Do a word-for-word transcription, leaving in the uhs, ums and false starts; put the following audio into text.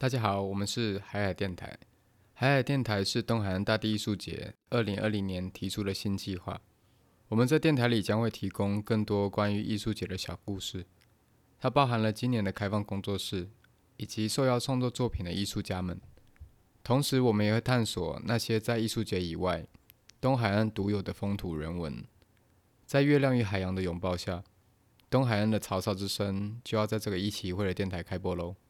大家好，我们是海海电台。海海电台是东海岸大地艺术节二零二零年提出的新计划。我们在电台里将会提供更多关于艺术节的小故事，它包含了今年的开放工作室以及受邀创作作品的艺术家们。同时，我们也会探索那些在艺术节以外东海岸独有的风土人文。在月亮与海洋的拥抱下，东海岸的草草之声就要在这个一期一会的电台开播喽。